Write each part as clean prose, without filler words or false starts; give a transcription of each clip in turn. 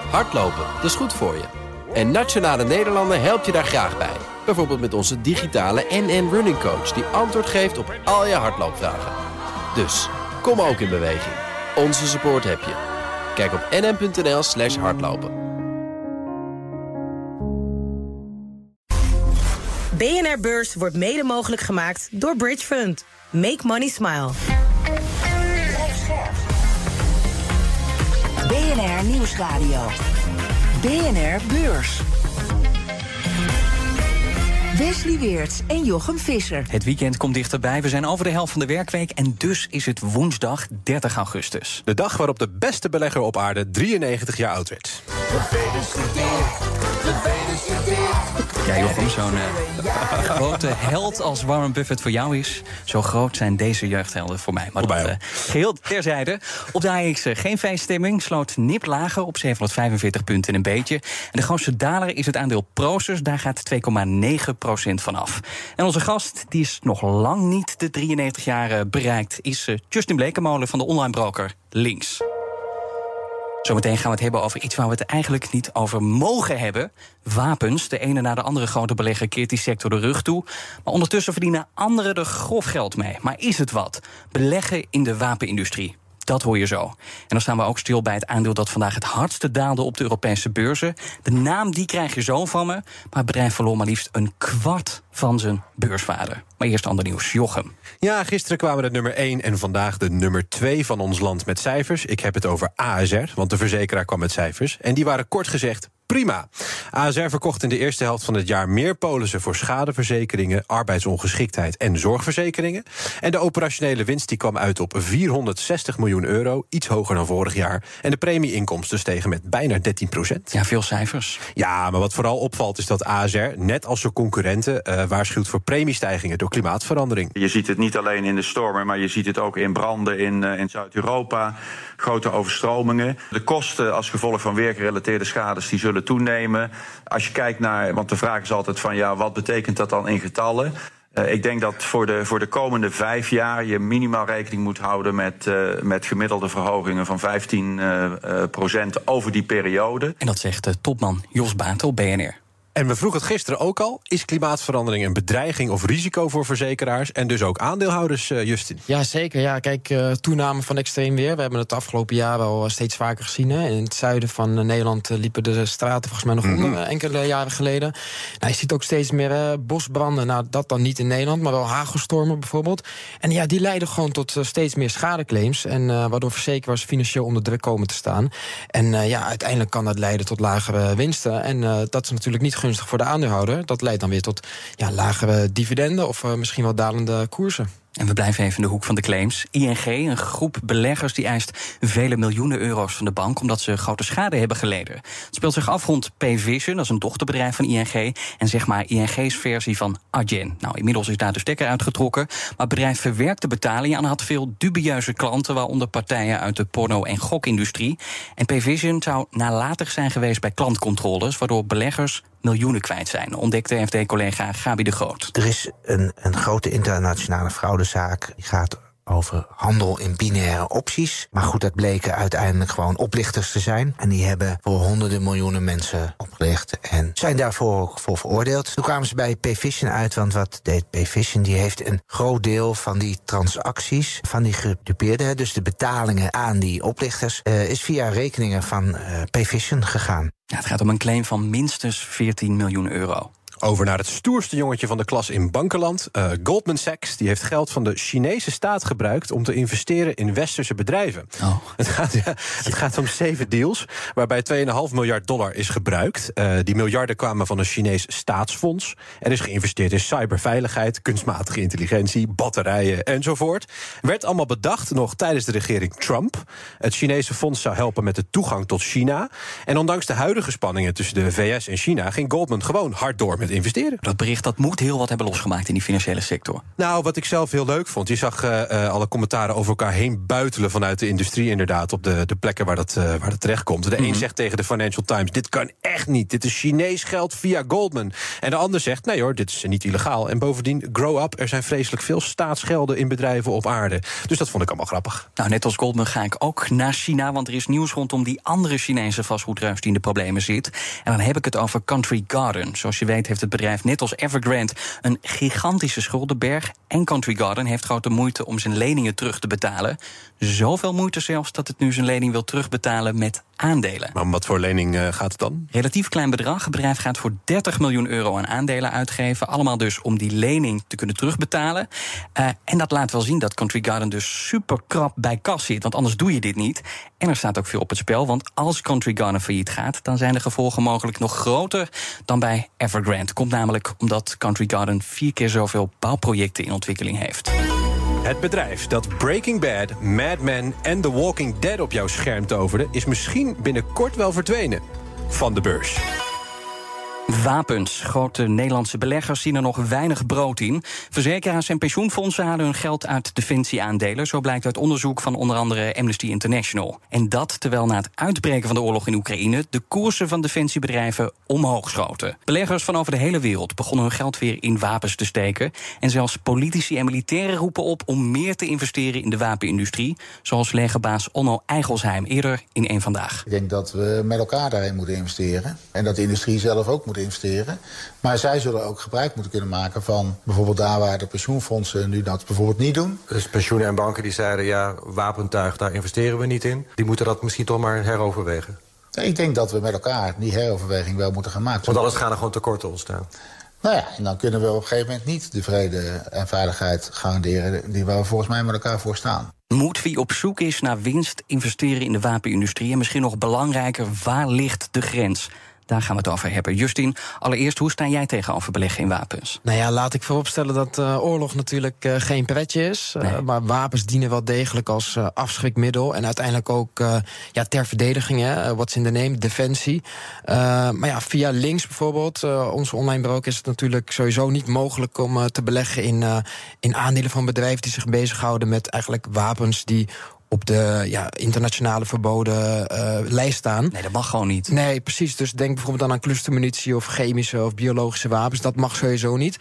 Hardlopen, dat is goed voor je. En Nationale Nederlanden helpt je daar graag bij. Bijvoorbeeld met onze digitale NN Running Coach... die antwoord geeft op al je hardloopvragen. Dus, kom ook in beweging. Onze support heb je. Kijk op nn.nl/hardlopen. BNR Beurs wordt mede mogelijk gemaakt door Bridge Fund. Make money smile. BNR Nieuwsradio. BNR Beurs. Wesley Weerts en Jochem Visser. Het weekend komt dichterbij. We zijn over de helft van de werkweek en dus is het woensdag 30 augustus. De dag waarop de beste belegger op aarde 93 jaar oud werd. Ja, Jochem, zo'n grote held als Warren Buffett voor jou is... zo groot zijn deze jeugdhelden voor mij. Maar dat geheel terzijde. Op de AX geen feeststemming, sloot nip lager op 745 punten en een beetje. En de grootste daler is het aandeel Prosus, daar gaat 2,9% vanaf. En onze gast, die is nog lang niet de 93 jaar bereikt... is Justin Blekemolen van de online broker Links. Zometeen gaan we het hebben over iets waar we het eigenlijk niet over mogen hebben. Wapens. De ene na de andere grote belegger keert die sector de rug toe. Maar ondertussen verdienen anderen er grof geld mee. Maar is het wat? Beleggen in de wapenindustrie. Dat hoor je zo. En dan staan we ook stil bij het aandeel dat vandaag het hardste daalde op de Europese beurzen. De naam die krijg je zo van me. Maar het bedrijf verloor maar liefst een kwart van zijn beurswaarde. Maar eerst ander nieuws. Jochem. Ja, gisteren kwamen de nummer 1 en vandaag de nummer 2 van ons land met cijfers. Ik heb het over ASR, want de verzekeraar kwam met cijfers. En die waren kort gezegd prima. ASR verkocht in de eerste helft van het jaar meer polissen voor schadeverzekeringen, arbeidsongeschiktheid en zorgverzekeringen. En de operationele winst die kwam uit op 460 miljoen euro, iets hoger dan vorig jaar. En de premieinkomsten stegen met bijna 13%. Ja, veel cijfers. Ja, maar wat vooral opvalt is dat ASR, net als zijn concurrenten, waarschuwt voor premiestijgingen door klimaatverandering. Je ziet het niet alleen in de stormen, maar je ziet het ook in branden in Zuid-Europa. Grote overstromingen. De kosten als gevolg van weergerelateerde schades die zullen toenemen. Als je kijkt naar, want de vraag is altijd van ja, wat betekent dat dan in getallen? Ik denk dat voor de komende 5 jaar je minimaal rekening moet houden met gemiddelde verhogingen van 15% over die periode. En dat zegt de topman Jos Baten op BNR. En we vroegen het gisteren ook al. Is klimaatverandering een bedreiging of risico voor verzekeraars en dus ook aandeelhouders, Justin? Ja, zeker. Ja, kijk, toename van extreem weer. We hebben het afgelopen jaar wel steeds vaker gezien. Hè. In het zuiden van Nederland liepen de straten volgens mij nog onder enkele jaren geleden. Nou, je ziet ook steeds meer bosbranden. Nou, dat dan niet in Nederland, maar wel hagelstormen bijvoorbeeld. En ja, die leiden gewoon tot steeds meer schadeclaims. En waardoor verzekeraars financieel onder druk komen te staan. En ja, uiteindelijk kan dat leiden tot lagere winsten. En dat is natuurlijk niet gunstig voor de aandeelhouder. Dat leidt dan weer tot lagere dividenden of misschien wel dalende koersen. En we blijven even in de hoek van de claims. ING, een groep beleggers die eist vele miljoenen euro's van de bank omdat ze grote schade hebben geleden. Het speelt zich af rond Payvision, dat is een dochterbedrijf van ING, en zeg maar ING's versie van Adyen. Nou, inmiddels is daar de stekker uitgetrokken, maar het bedrijf verwerkte betalingen en had veel dubieuze klanten, waaronder partijen uit de porno- en gokindustrie. En Payvision zou nalatig zijn geweest bij klantcontroles, waardoor beleggers miljoenen kwijt zijn, ontdekte FD-collega Gabi de Groot. Er is een grote internationale fraudezaak. Die gaat over handel in binaire opties. Maar goed, dat bleken uiteindelijk gewoon oplichters te zijn. En die hebben voor honderden miljoenen mensen opgelicht en zijn daarvoor ook voor veroordeeld. Toen kwamen ze bij Payvision uit, want wat deed Payvision? Die heeft een groot deel van die transacties van die gedupeerden, dus de betalingen aan die oplichters, is via rekeningen van Payvision gegaan. Ja, het gaat om een claim van minstens 14 miljoen euro. Over naar het stoerste jongetje van de klas in bankenland. Goldman Sachs die heeft geld van de Chinese staat gebruikt om te investeren in westerse bedrijven. Oh. Het gaat om 7 deals, waarbij $2,5 miljard is gebruikt. Die miljarden kwamen van een Chinees staatsfonds. Er is geïnvesteerd in cyberveiligheid, kunstmatige intelligentie, batterijen enzovoort. Werd allemaal bedacht nog tijdens de regering Trump. Het Chinese fonds zou helpen met de toegang tot China. En ondanks de huidige spanningen tussen de VS en China ging Goldman gewoon hard door met met investeren. Dat bericht dat moet heel wat hebben losgemaakt in die financiële sector. Nou, wat ik zelf heel leuk vond, je zag alle commentaren over elkaar heen buitelen vanuit de industrie inderdaad, op de plekken waar dat terecht komt. De een zegt tegen de Financial Times, dit kan echt niet, dit is Chinees geld via Goldman. En de ander zegt, nee hoor, dit is niet illegaal. En bovendien, grow up, er zijn vreselijk veel staatsgelden in bedrijven op aarde. Dus dat vond ik allemaal grappig. Nou, net als Goldman ga ik ook naar China, want er is nieuws rondom die andere Chinese vastgoedreus die in de problemen zit. En dan heb ik het over Country Garden. Zoals je weet heeft het bedrijf net als Evergrande een gigantische schuldenberg. En Country Garden heeft grote moeite om zijn leningen terug te betalen. Zoveel moeite zelfs dat het nu zijn lening wil terugbetalen met aandelen. Maar om wat voor lening gaat het dan? Relatief klein bedrag. Het bedrijf gaat voor 30 miljoen euro aan aandelen uitgeven. Allemaal dus om die lening te kunnen terugbetalen. En dat laat wel zien dat Country Garden dus super krap bij kas zit. Want anders doe je dit niet. En er staat ook veel op het spel. Want als Country Garden failliet gaat, dan zijn de gevolgen mogelijk nog groter dan bij Evergrande. Komt namelijk omdat Country Garden 4 keer zoveel bouwprojecten in ontwikkeling heeft. Het bedrijf dat Breaking Bad, Mad Men en The Walking Dead op jouw scherm toverde, is misschien binnenkort wel verdwenen van de beurs. Wapens. Grote Nederlandse beleggers zien er nog weinig brood in. Verzekeraars en pensioenfondsen halen hun geld uit defensieaandelen. Zo blijkt uit onderzoek van onder andere Amnesty International. En dat terwijl na het uitbreken van de oorlog in Oekraïne de koersen van defensiebedrijven omhoog schoten. Beleggers van over de hele wereld begonnen hun geld weer in wapens te steken. En zelfs politici en militairen roepen op om meer te investeren in de wapenindustrie. Zoals legerbaas Onno Eigelsheim eerder in Eén Vandaag. Ik denk dat we met elkaar daarin moeten investeren. En dat de industrie zelf ook moet investeren. Maar zij zullen ook gebruik moeten kunnen maken van bijvoorbeeld daar waar de pensioenfondsen nu dat bijvoorbeeld niet doen. Dus pensioenen en banken die zeiden, ja, wapentuig, daar investeren we niet in. Die moeten dat misschien toch maar heroverwegen. Ik denk dat we met elkaar die heroverweging wel moeten gaan maken. Want anders gaan er gewoon tekorten ontstaan. Nou ja, en dan kunnen we op een gegeven moment niet de vrede en veiligheid garanderen die waar we volgens mij met elkaar voor staan. Moet wie op zoek is naar winst investeren in de wapenindustrie? En misschien nog belangrijker, waar ligt de grens? Daar gaan we het over hebben. Justin, allereerst, hoe sta jij tegenover beleggen in wapens? Nou ja, laat ik vooropstellen dat oorlog natuurlijk geen pretje is. Nee. Maar wapens dienen wel degelijk als afschrikmiddel. En uiteindelijk ook ter verdediging, what's in the name, defensie. Maar ja, via links bijvoorbeeld, onze online broker, is het natuurlijk sowieso niet mogelijk om te beleggen in aandelen van bedrijven die zich bezighouden met eigenlijk wapens die op de internationale verboden lijst staan. Nee, dat mag gewoon niet. Nee, precies. Dus denk bijvoorbeeld dan aan clustermunitie of chemische of biologische wapens. Dat mag sowieso niet.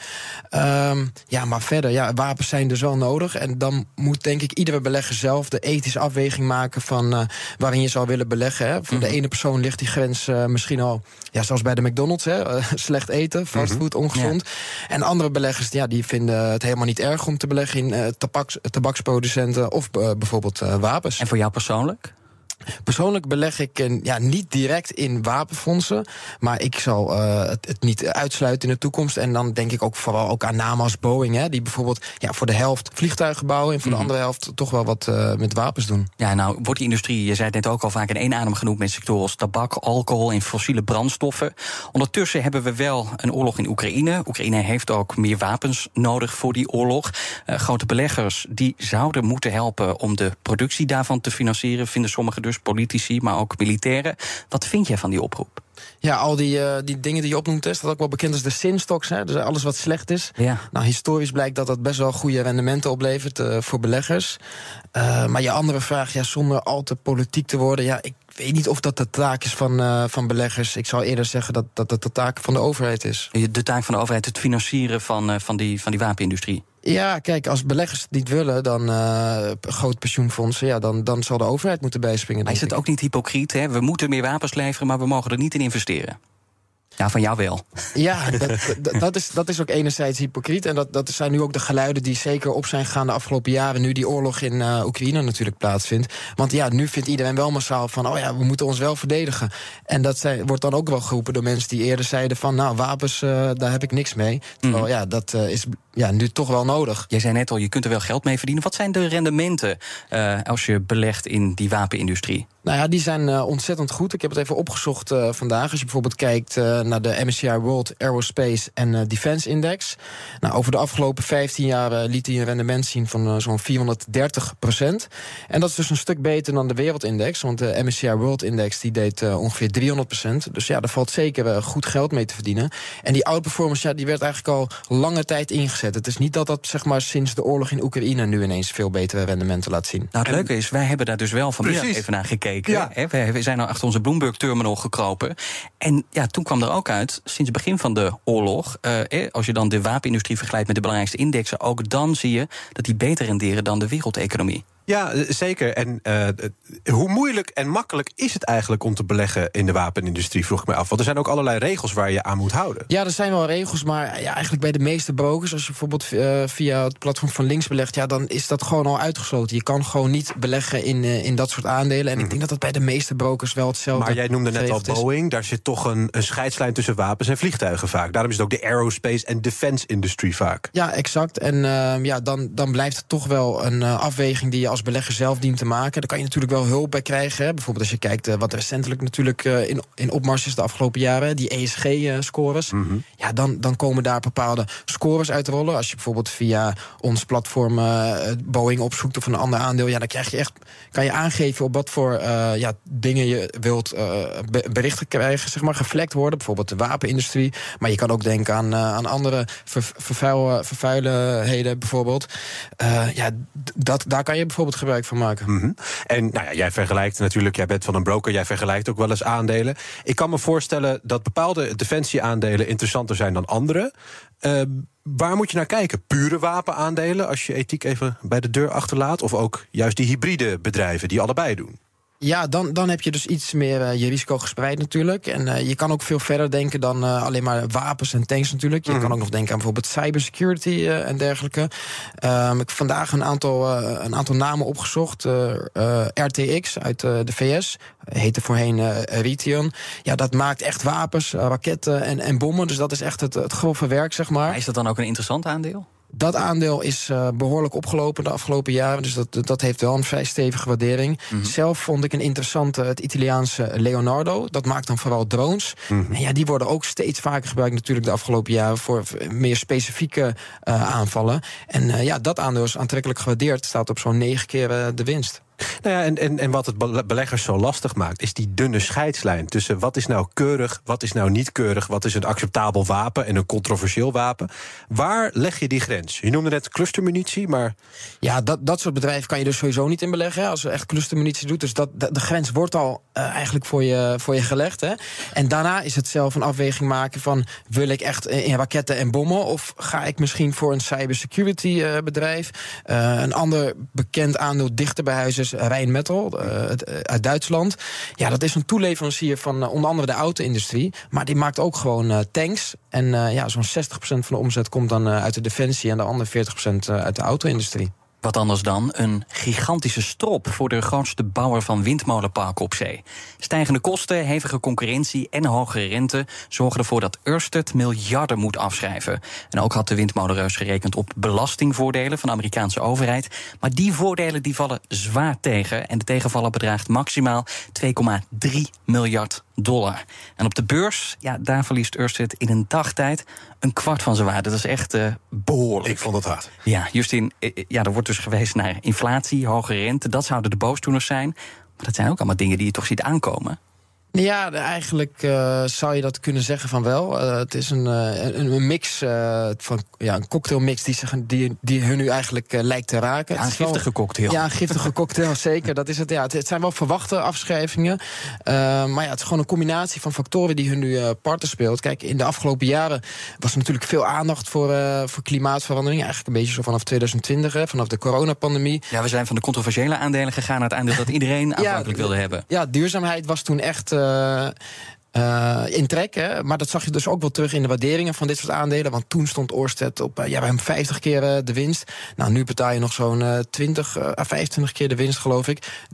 Maar verder, wapens zijn dus wel nodig. En dan moet denk ik iedere belegger zelf de ethische afweging maken van waarin je zou willen beleggen. Hè. Voor de ene persoon ligt die grens misschien al, zoals bij de McDonald's, slecht eten, fastfood, ongezond. Ja. En andere beleggers, die vinden het helemaal niet erg om te beleggen in tabaksproducenten of bijvoorbeeld wapens. En voor jou persoonlijk? Persoonlijk beleg ik niet direct in wapenfondsen, maar ik zal het niet uitsluiten in de toekomst. En dan denk ik ook vooral ook aan namen als Boeing, die bijvoorbeeld voor de helft vliegtuigen bouwen en voor de andere helft toch wel wat met wapens doen. Ja, nou wordt die industrie, je zei het net ook al vaak, in één adem genoemd met sectoren als tabak, alcohol en fossiele brandstoffen. Ondertussen hebben we wel een oorlog in Oekraïne. Oekraïne heeft ook meer wapens nodig voor die oorlog. Grote beleggers die zouden moeten helpen om de productie daarvan te financieren, vinden sommigen dus, politici, maar ook militairen. Wat vind jij van die oproep? Ja, al die dingen die je opnoemt, is dat ook wel bekend als de sin-stocks, dus alles wat slecht is. Ja. Nou, historisch blijkt dat best wel goede rendementen oplevert voor beleggers. Maar je andere vraag, zonder al te politiek te worden, ik weet niet of dat de taak is van beleggers. Ik zou eerder zeggen dat het de taak van de overheid is. De taak van de overheid, het financieren van die wapenindustrie. Ja, kijk, als beleggers het niet willen, dan grote pensioenfondsen, dan zal de overheid moeten bijspringen. Maar is het ook niet hypocriet, hè? We moeten meer wapens leveren, maar we mogen er niet in investeren? Ja, van jou wel. Ja, dat is ook enerzijds hypocriet. En dat zijn nu ook de geluiden die zeker op zijn gegaan de afgelopen jaren, nu die oorlog in Oekraïne natuurlijk plaatsvindt. Want nu vindt iedereen wel massaal van, we moeten ons wel verdedigen. En dat wordt dan ook wel geroepen door mensen die eerder zeiden van, wapens, daar heb ik niks mee. Terwijl, dat is nu toch wel nodig. Jij zei net al, je kunt er wel geld mee verdienen. Wat zijn de rendementen als je belegt in die wapenindustrie? Nou ja, die zijn ontzettend goed. Ik heb het even opgezocht vandaag. Als je bijvoorbeeld kijkt naar de MSCI World Aerospace en Defense Index. Nou, over de afgelopen 15 jaar liet hij een rendement zien van zo'n 430%. En dat is dus een stuk beter dan de wereldindex, want de MSCI World Index die deed ongeveer 300%. Dus ja, daar valt zeker goed geld mee te verdienen. En die outperformance, die werd eigenlijk al lange tijd ingezet. Het is niet dat zeg maar sinds de oorlog in Oekraïne nu ineens veel betere rendementen laat zien. Nou, het leuke is, wij hebben daar dus wel vanmiddag even naar gekeken. Ja. We zijn nou achter onze Bloomberg-terminal gekropen. En ja, toen kwam er ook uit, sinds het begin van de oorlog, als je dan de wapenindustrie vergelijkt met de belangrijkste indexen, ook dan zie je dat die beter renderen dan de wereldeconomie. Ja, zeker. En hoe moeilijk en makkelijk is het eigenlijk om te beleggen in de wapenindustrie, vroeg ik me af. Want er zijn ook allerlei regels waar je aan moet houden. Ja, er zijn wel regels, maar eigenlijk bij de meeste brokers, als je bijvoorbeeld via het platform van links belegt, dan is dat gewoon al uitgesloten. Je kan gewoon niet beleggen in dat soort aandelen. En ik denk dat dat bij de meeste brokers wel hetzelfde is. Maar jij noemde net al Boeing, daar zit toch een scheidslijn tussen wapens en vliegtuigen vaak. Daarom is het ook de aerospace en defense industry vaak. Ja, exact. En dan blijft het toch wel een afweging die je als belegger zelf dient te maken. Daar kan je natuurlijk wel hulp bij krijgen. Hè. Bijvoorbeeld als je kijkt wat recentelijk natuurlijk in opmars is de afgelopen jaren, die ESG-scores. Mm-hmm. Ja, dan komen daar bepaalde scores uit rollen. Als je bijvoorbeeld via ons platform Boeing opzoekt of een ander aandeel, dan kan je aangeven op wat voor dingen je wilt berichten krijgen, zeg maar, geflekt worden. Bijvoorbeeld de wapenindustrie. Maar je kan ook denken aan andere vervuilenheden bijvoorbeeld. Daar kan je bijvoorbeeld gebruik van maken. Mm-hmm. En jij vergelijkt natuurlijk, jij bent van een broker, jij vergelijkt ook wel eens aandelen. Ik kan me voorstellen dat bepaalde defensieaandelen interessanter zijn dan andere. Waar moet je naar kijken? Pure wapenaandelen, als je ethiek even bij de deur achterlaat, of ook juist die hybride bedrijven die allebei doen? Ja, dan heb je dus iets meer je risico gespreid natuurlijk. En je kan ook veel verder denken dan alleen maar wapens en tanks natuurlijk. Je kan ook nog denken aan bijvoorbeeld cybersecurity en dergelijke. Ik heb vandaag een aantal namen opgezocht. RTX uit de VS, heette voorheen Raytheon. Ja, dat maakt echt wapens, raketten en bommen. Dus dat is echt het grove werk, zeg maar. Maar is dat dan ook een interessant aandeel? Dat aandeel is behoorlijk opgelopen de afgelopen jaren. Dus dat heeft wel een vrij stevige waardering. Mm-hmm. Zelf vond ik een interessante het Italiaanse Leonardo. Dat maakt dan vooral drones. Mm-hmm. En die worden ook steeds vaker gebruikt natuurlijk de afgelopen jaren voor meer specifieke aanvallen. En dat aandeel is aantrekkelijk gewaardeerd. Staat op zo'n 9 keer de winst. Nou ja, en wat het beleggers zo lastig maakt, is die dunne scheidslijn tussen wat is nou keurig, wat is nou niet keurig, wat is een acceptabel wapen en een controversieel wapen. Waar leg je die grens? Je noemde net clustermunitie, maar ja, dat soort bedrijven kan je dus sowieso niet in beleggen, hè, als je echt clustermunitie doet. Dus de grens wordt al eigenlijk voor je gelegd. Hè. En daarna is het zelf een afweging maken van, wil ik echt in raketten en bommen, of ga ik misschien voor een cybersecurity bedrijf? Een ander bekend aandeel dichter bij huis is Rheinmetall uit Duitsland. Ja, dat is een toeleverancier van onder andere de auto-industrie. Maar die maakt ook gewoon tanks. En zo'n 60% van de omzet komt dan uit de defensie en de andere 40% uit de auto-industrie. Wat anders dan een gigantische strop voor de grootste bouwer van windmolenparken op zee. Stijgende kosten, hevige concurrentie en hogere rente zorgen ervoor dat Ørsted miljarden moet afschrijven. En ook had de windmolenreus gerekend op belastingvoordelen van de Amerikaanse overheid. Maar die voordelen die vallen zwaar tegen. En de tegenvaller bedraagt maximaal $2,3 miljard. En op de beurs, daar verliest Ørsted in een dagtijd een kwart van zijn waarde. Dat is echt behoorlijk. Ik vond het hard. Ja, Justin, er wordt dus gewezen naar inflatie, hoge rente. Dat zouden de boosdoeners zijn. Maar dat zijn ook allemaal dingen die je toch ziet aankomen. Ja, eigenlijk zou je dat kunnen zeggen van wel. Het is een mix een cocktailmix die hun nu eigenlijk lijkt te raken. Ja, een giftige cocktail. Ja, een giftige cocktail, zeker. Dat is het. Ja, het zijn wel verwachte afschrijvingen. Maar het is gewoon een combinatie van factoren die hun nu parten speelt. Kijk, in de afgelopen jaren was er natuurlijk veel aandacht voor klimaatverandering. Eigenlijk een beetje zo vanaf 2020, vanaf de coronapandemie. Ja, we zijn van de controversiële aandelen gegaan naar het aandeel dat iedereen aanvankelijk wilde hebben. Ja, duurzaamheid was toen echt in trek. Hè? Maar dat zag je dus ook wel terug in de waarderingen van dit soort aandelen. Want toen stond Ørsted op ruim 50 keer de winst. Nou, nu betaal je nog zo'n 20 à 25 keer de winst, geloof ik.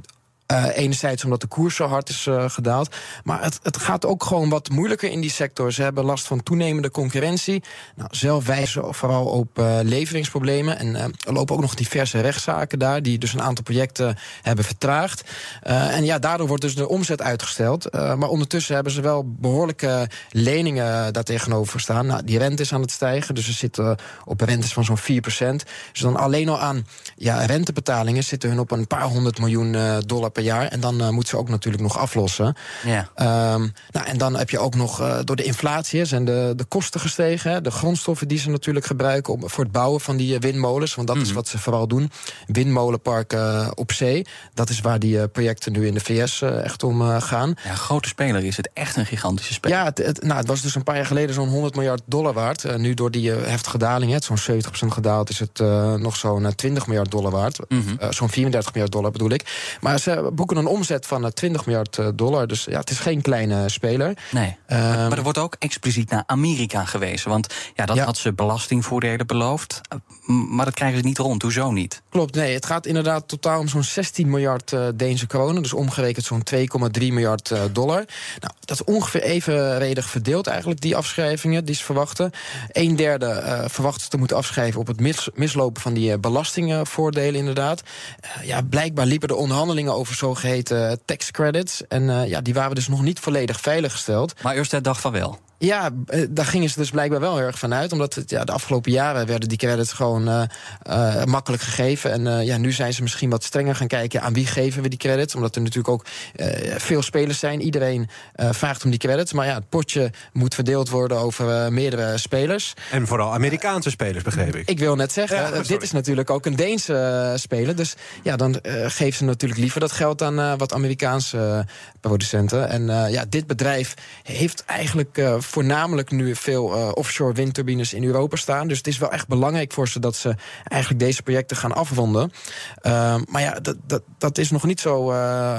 Enerzijds omdat de koers zo hard is gedaald. Maar het gaat ook gewoon wat moeilijker in die sector. Ze hebben last van toenemende concurrentie. Nou, zelf wijzen ze vooral op leveringsproblemen. En er lopen ook nog diverse rechtszaken daar, die dus een aantal projecten hebben vertraagd. En ja, daardoor wordt dus de omzet uitgesteld. Maar ondertussen hebben ze wel behoorlijke leningen daartegenover staan. Nou, die rente is aan het stijgen, dus ze zitten op rentes van zo'n 4%. Dus dan alleen al aan rentebetalingen zitten hun op een paar $100 miljoen per jaar. En dan moeten ze ook natuurlijk nog aflossen. Ja. Nou, en dan heb je ook nog door de inflatie zijn de kosten gestegen. Hè, de grondstoffen die ze natuurlijk gebruiken voor het bouwen van die windmolens. Want dat is wat ze vooral doen. Windmolenparken op zee. Dat is waar die projecten nu in de VS echt om gaan. Ja, grote speler is het. Echt een gigantische speler. Ja, het was dus een paar jaar geleden zo'n $100 miljard waard. Nu door die heftige daling, zo'n 70% gedaald, is het nog zo'n $20 miljard waard. Zo'n $34 miljard bedoel ik. Maar ze boeken een omzet van $20 miljard. Dus ja, het is geen kleine speler. Nee, maar er wordt ook expliciet naar Amerika gewezen. Want ja, dat had ze belastingvoordelen beloofd. Maar dat krijgen ze niet rond. Hoezo niet? Klopt, nee. Het gaat inderdaad totaal om zo'n 16 miljard Deense kronen. Dus omgerekend zo'n $2,3 miljard. Nou, dat is ongeveer evenredig verdeeld eigenlijk, die afschrijvingen die ze verwachten. 1/3 verwachten ze te moeten afschrijven op het mislopen van die belastingvoordelen inderdaad. Blijkbaar liepen de onderhandelingen over zogeheten tax credits. En die waren dus nog niet volledig veiliggesteld. Maar Ørsted dacht van wel. Ja, daar gingen ze dus blijkbaar wel heel erg van uit. Omdat de afgelopen jaren werden die credits gewoon makkelijk gegeven. En nu zijn ze misschien wat strenger gaan kijken aan wie geven we die credits. Omdat er natuurlijk ook veel spelers zijn. Iedereen vraagt om die credits. Maar ja, het potje moet verdeeld worden over meerdere spelers. En vooral Amerikaanse spelers, begreep ik. Ik wil net zeggen, dit is natuurlijk ook een Deense speler. Dus ja, dan geven ze natuurlijk liever dat geld aan wat Amerikaanse producenten. En dit bedrijf heeft eigenlijk voornamelijk nu veel offshore windturbines in Europa staan. Dus het is wel echt belangrijk voor ze dat ze eigenlijk deze projecten gaan afronden. Maar ja, dat is nog niet zo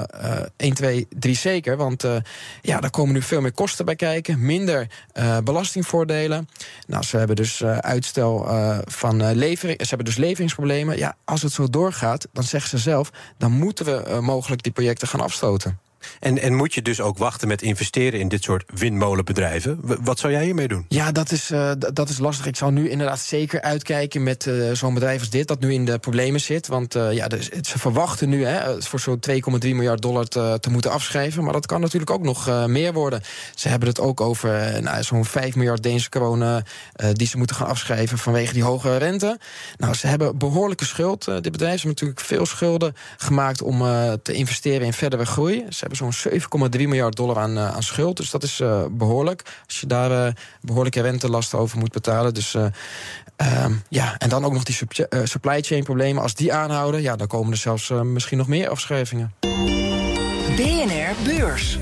1, 2, 3 zeker. Want daar komen nu veel meer kosten bij kijken. Minder belastingvoordelen. Nou, ze hebben dus uitstel van levering. Ze hebben dus leveringsproblemen. Ja, als het zo doorgaat, dan zeggen ze zelf, dan moeten we mogelijk die projecten gaan afstoten. En moet je dus ook wachten met investeren in dit soort windmolenbedrijven? Wat zou jij hiermee doen? Ja, dat is lastig. Ik zou nu inderdaad zeker uitkijken met zo'n bedrijf als dit, dat nu in de problemen zit. Want ze verwachten nu voor zo'n $2,3 miljard te moeten afschrijven. Maar dat kan natuurlijk ook nog meer worden. Ze hebben het ook over zo'n 5 miljard Deense kronen die ze moeten gaan afschrijven vanwege die hoge rente. Nou, ze hebben behoorlijke schuld. Dit bedrijf heeft natuurlijk veel schulden gemaakt om te investeren in verdere groei. Ze hebben zo'n $7,3 miljard aan schuld. Dus dat is behoorlijk. Als je daar behoorlijke rentelasten over moet betalen. Dus en dan ook nog die supply chain problemen. Als die aanhouden, dan komen er zelfs misschien nog meer afschrijvingen. BNR Beurs.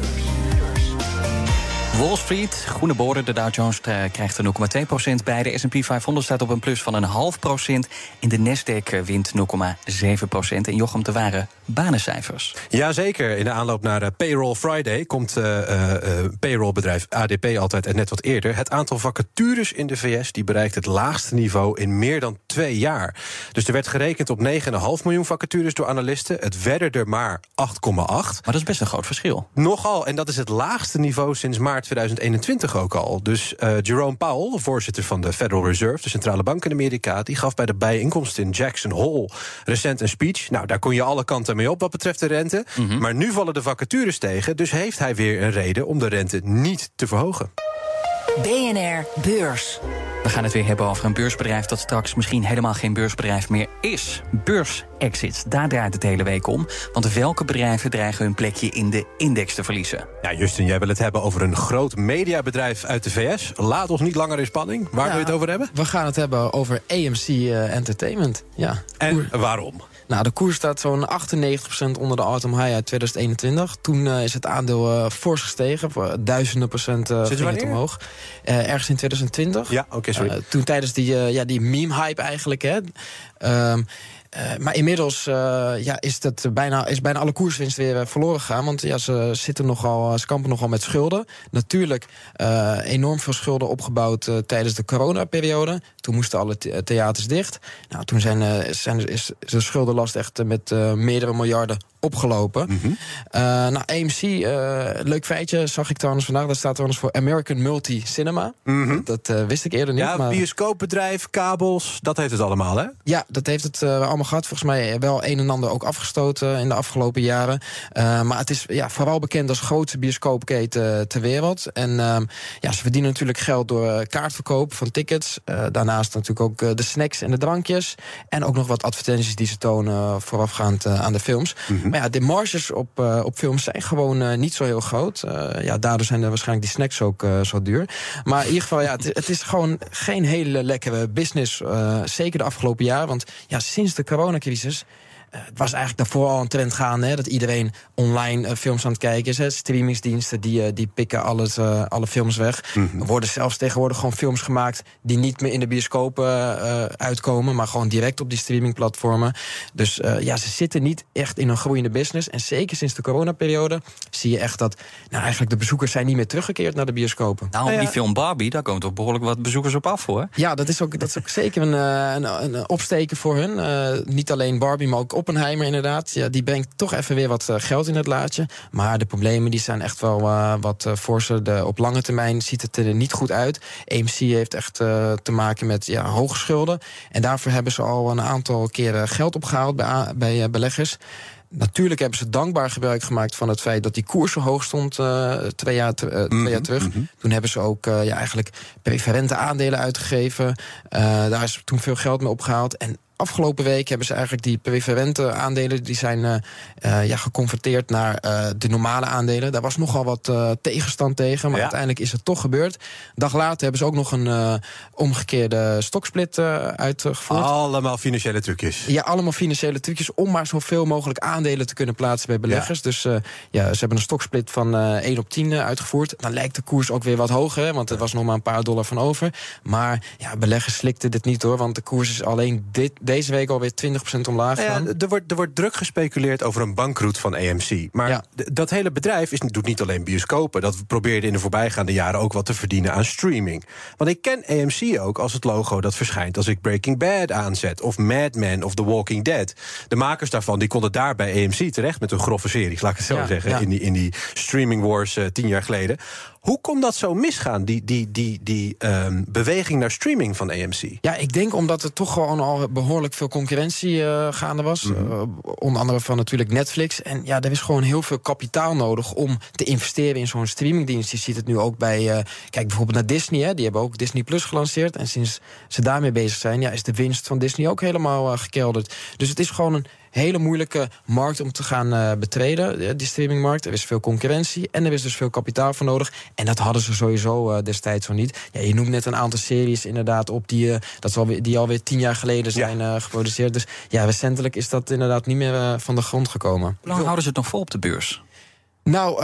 Wall Street, groene borden. De Dow Jones krijgt er 0,2% bij. De S&P 500 staat op een plus van 0,5%. In de Nasdaq wint 0,7%. En Jochem, er waren banencijfers. Jazeker. In de aanloop naar Payroll Friday komt payrollbedrijf ADP altijd en net wat eerder. Het aantal vacatures in de VS die bereikt het laagste niveau in meer dan 2 jaar. Dus er werd gerekend op 9,5 miljoen vacatures door analisten. Het werden er maar 8,8. Maar dat is best een groot verschil. Nogal. En dat is het laagste niveau sinds maart 2021 ook al. Dus Jerome Powell, voorzitter van de Federal Reserve, de centrale bank in Amerika, die gaf bij de bijeenkomst in Jackson Hole recent een speech. Nou, daar kon je alle kanten mee op wat betreft de rente. Maar nu vallen de vacatures tegen, dus heeft hij weer een reden om de rente niet te verhogen. BNR Beurs. We gaan het weer hebben over een beursbedrijf dat straks misschien helemaal geen beursbedrijf meer is. Beursexits, daar draait het de hele week om. Want welke bedrijven dreigen hun plekje in de index te verliezen? Ja, Justin, jij wil het hebben over een groot mediabedrijf uit de VS. Laat ons niet langer in spanning. Waar wil je het over hebben? We gaan het hebben over AMC Entertainment. Ja. En waarom? Nou, de koers staat zo'n 98% onder de all-time high uit 2021. Toen is het aandeel fors gestegen, voor duizenden procent ging het omhoog. Ergens in 2020. Ja, oké, sorry. Toen tijdens die meme-hype eigenlijk, hè. Maar inmiddels is bijna alle koerswinst weer verloren gegaan. Want ze kampen nogal met schulden. Natuurlijk enorm veel schulden opgebouwd tijdens de coronaperiode. Toen moesten alle theaters dicht. Nou, toen is de schuldenlast echt met meerdere miljarden opgelopen. AMC, leuk feitje, zag ik trouwens vandaag. Daar staat trouwens voor American Multi Cinema. Dat wist ik eerder niet. Ja, maar bioscoopbedrijf, kabels, dat heeft het allemaal, hè? Ja, dat heeft het allemaal gehad. Volgens mij wel een en ander ook afgestoten in de afgelopen jaren. Maar het is vooral bekend als grootste bioscoopketen ter wereld. En ze verdienen natuurlijk geld door kaartverkoop van tickets. Daarnaast natuurlijk ook de snacks en de drankjes. En ook nog wat advertenties die ze tonen voorafgaand aan de films. Maar de marges op films zijn gewoon niet zo heel groot. Daardoor zijn er waarschijnlijk die snacks ook zo duur. Maar in ieder geval, het is gewoon geen hele lekkere business. Zeker de afgelopen jaar. Want sinds de coronacrisis... Het was eigenlijk daarvoor al een trend gaande, dat iedereen online films aan het kijken is. Hè. Streamingsdiensten die pikken alle films weg. Er worden zelfs tegenwoordig gewoon films gemaakt die niet meer in de bioscopen uitkomen, maar gewoon direct op die streamingplatformen. Dus ze zitten niet echt in een groeiende business. En zeker sinds de coronaperiode zie je echt dat eigenlijk de bezoekers zijn niet meer teruggekeerd naar de bioscopen. Nou, die film Barbie, daar komen toch behoorlijk wat bezoekers op af, hoor. Ja, dat is ook zeker een opsteken voor hun. Niet alleen Barbie, maar ook Oppenheimer inderdaad. Ja, die brengt toch even weer wat geld in het laadje. Maar de problemen die zijn echt wel wat forser. Op lange termijn ziet het er niet goed uit. AMC heeft echt te maken met hoge schulden. En daarvoor hebben ze al een aantal keren geld opgehaald bij beleggers. Natuurlijk hebben ze dankbaar gebruik gemaakt van het feit dat die koers zo hoog stond 2 jaar terug. Toen hebben ze ook eigenlijk preferente aandelen uitgegeven. Daar is toen veel geld mee opgehaald. En afgelopen week hebben ze eigenlijk die preferente aandelen, die zijn geconverteerd naar de normale aandelen. Daar was nogal wat tegenstand tegen, maar uiteindelijk is het toch gebeurd. Een dag later hebben ze ook nog een omgekeerde stoksplit uitgevoerd. Allemaal financiële trucjes. Ja, allemaal financiële trucjes om maar zoveel mogelijk aandelen te kunnen plaatsen bij beleggers. Ja. Dus ze hebben een stoksplit van 1/10 uitgevoerd. Dan lijkt de koers ook weer wat hoger, hè, want er was nog maar een paar dollar van over. Maar beleggers slikten dit niet, hoor, want de koers is alleen deze week alweer 20% omlaag gaan. Er wordt druk gespeculeerd over een bankroet van AMC. Maar dat hele bedrijf doet niet alleen bioscopen. Dat probeerde in de voorbijgaande jaren ook wat te verdienen aan streaming. Want ik ken AMC ook als het logo dat verschijnt als ik Breaking Bad aanzet, of Mad Men of The Walking Dead. De makers daarvan die konden daar bij AMC terecht met een grove series, laat ik het zo zeggen, in die streaming wars 10 jaar geleden. Hoe kon dat zo misgaan, die beweging naar streaming van AMC? Ja, ik denk omdat er toch gewoon al behoorlijk veel concurrentie gaande was. Onder andere van natuurlijk Netflix. En er is gewoon heel veel kapitaal nodig om te investeren in zo'n streamingdienst. Je ziet het nu ook bij, kijk bijvoorbeeld naar Disney. Hè. Die hebben ook Disney Plus gelanceerd. En sinds ze daarmee bezig zijn, is de winst van Disney ook helemaal gekelderd. Dus het is gewoon een hele moeilijke markt om te gaan betreden, die streamingmarkt. Er is veel concurrentie en er is dus veel kapitaal voor nodig. En dat hadden ze sowieso destijds zo niet. Ja, je noemt net een aantal series inderdaad op die alweer 10 jaar geleden zijn geproduceerd. Dus recentelijk is dat inderdaad niet meer van de grond gekomen. Hoe lang houden ze het nog vol op de beurs? Nou,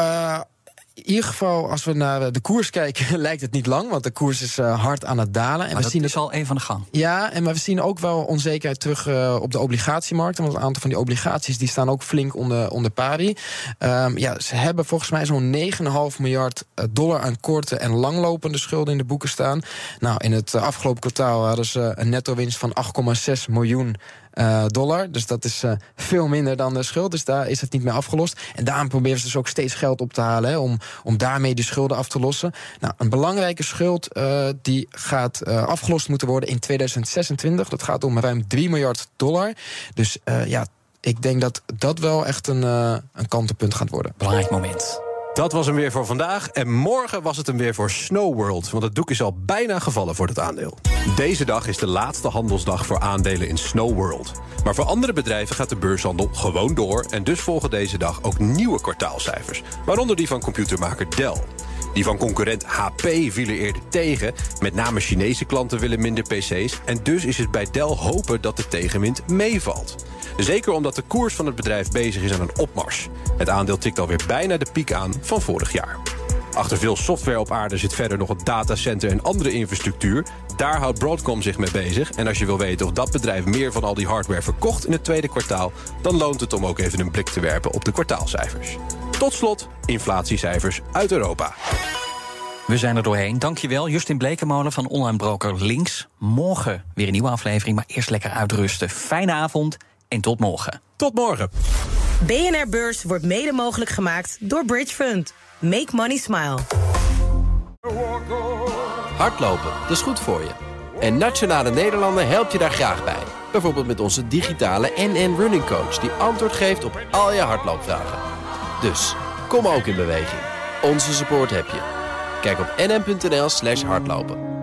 in ieder geval, als we naar de koers kijken, lijkt het niet lang, want de koers is hard aan het dalen. En maar dat is al een van de gang. Ja, maar we zien ook wel onzekerheid terug op de obligatiemarkt. Want een aantal van die obligaties die staan ook flink onder pari. Ze hebben volgens mij zo'n $9,5 miljard aan korte en langlopende schulden in de boeken staan. Nou, in het afgelopen kwartaal hadden ze een netto-winst van $8,6 miljoen. Dus dat is veel minder dan de schuld. Dus daar is het niet meer afgelost. En daarom proberen ze dus ook steeds geld op te halen, om daarmee die schulden af te lossen. Nou, een belangrijke schuld die gaat afgelost moeten worden in 2026. Dat gaat om ruim $3 miljard. Dus ik denk dat dat wel echt een kantelpunt gaat worden. Belangrijk moment. Dat was hem weer voor vandaag. En morgen was het hem weer voor Snow World. Want het doek is al bijna gevallen voor het aandeel. Deze dag is de laatste handelsdag voor aandelen in Snow World. Maar voor andere bedrijven gaat de beurshandel gewoon door. En dus volgen deze dag ook nieuwe kwartaalcijfers. Waaronder die van computermaker Dell. Die van concurrent HP vielen eerder tegen. Met name Chinese klanten willen minder PC's. En dus is het bij Dell hopen dat de tegenwind meevalt. Zeker omdat de koers van het bedrijf bezig is aan een opmars. Het aandeel tikt alweer bijna de piek aan van vorig jaar. Achter veel software op aarde zit verder nog het datacenter en andere infrastructuur. Daar houdt Broadcom zich mee bezig. En als je wil weten of dat bedrijf meer van al die hardware verkocht in het tweede kwartaal, dan loont het om ook even een blik te werpen op de kwartaalcijfers. Tot slot, inflatiecijfers uit Europa. We zijn er doorheen. Dankjewel, Justin Blekemolen van online broker Links. Morgen weer een nieuwe aflevering, maar eerst lekker uitrusten. Fijne avond en tot morgen. Tot morgen. BNR Beurs wordt mede mogelijk gemaakt door Bridge Fund. Make money smile. Hardlopen, dat is goed voor je. En Nationale Nederlanden helpt je daar graag bij. Bijvoorbeeld met onze digitale NN Running Coach... die antwoord geeft op al je hardloopvragen. Dus, kom ook in beweging. Onze support heb je. Kijk op nn.nl/hardlopen.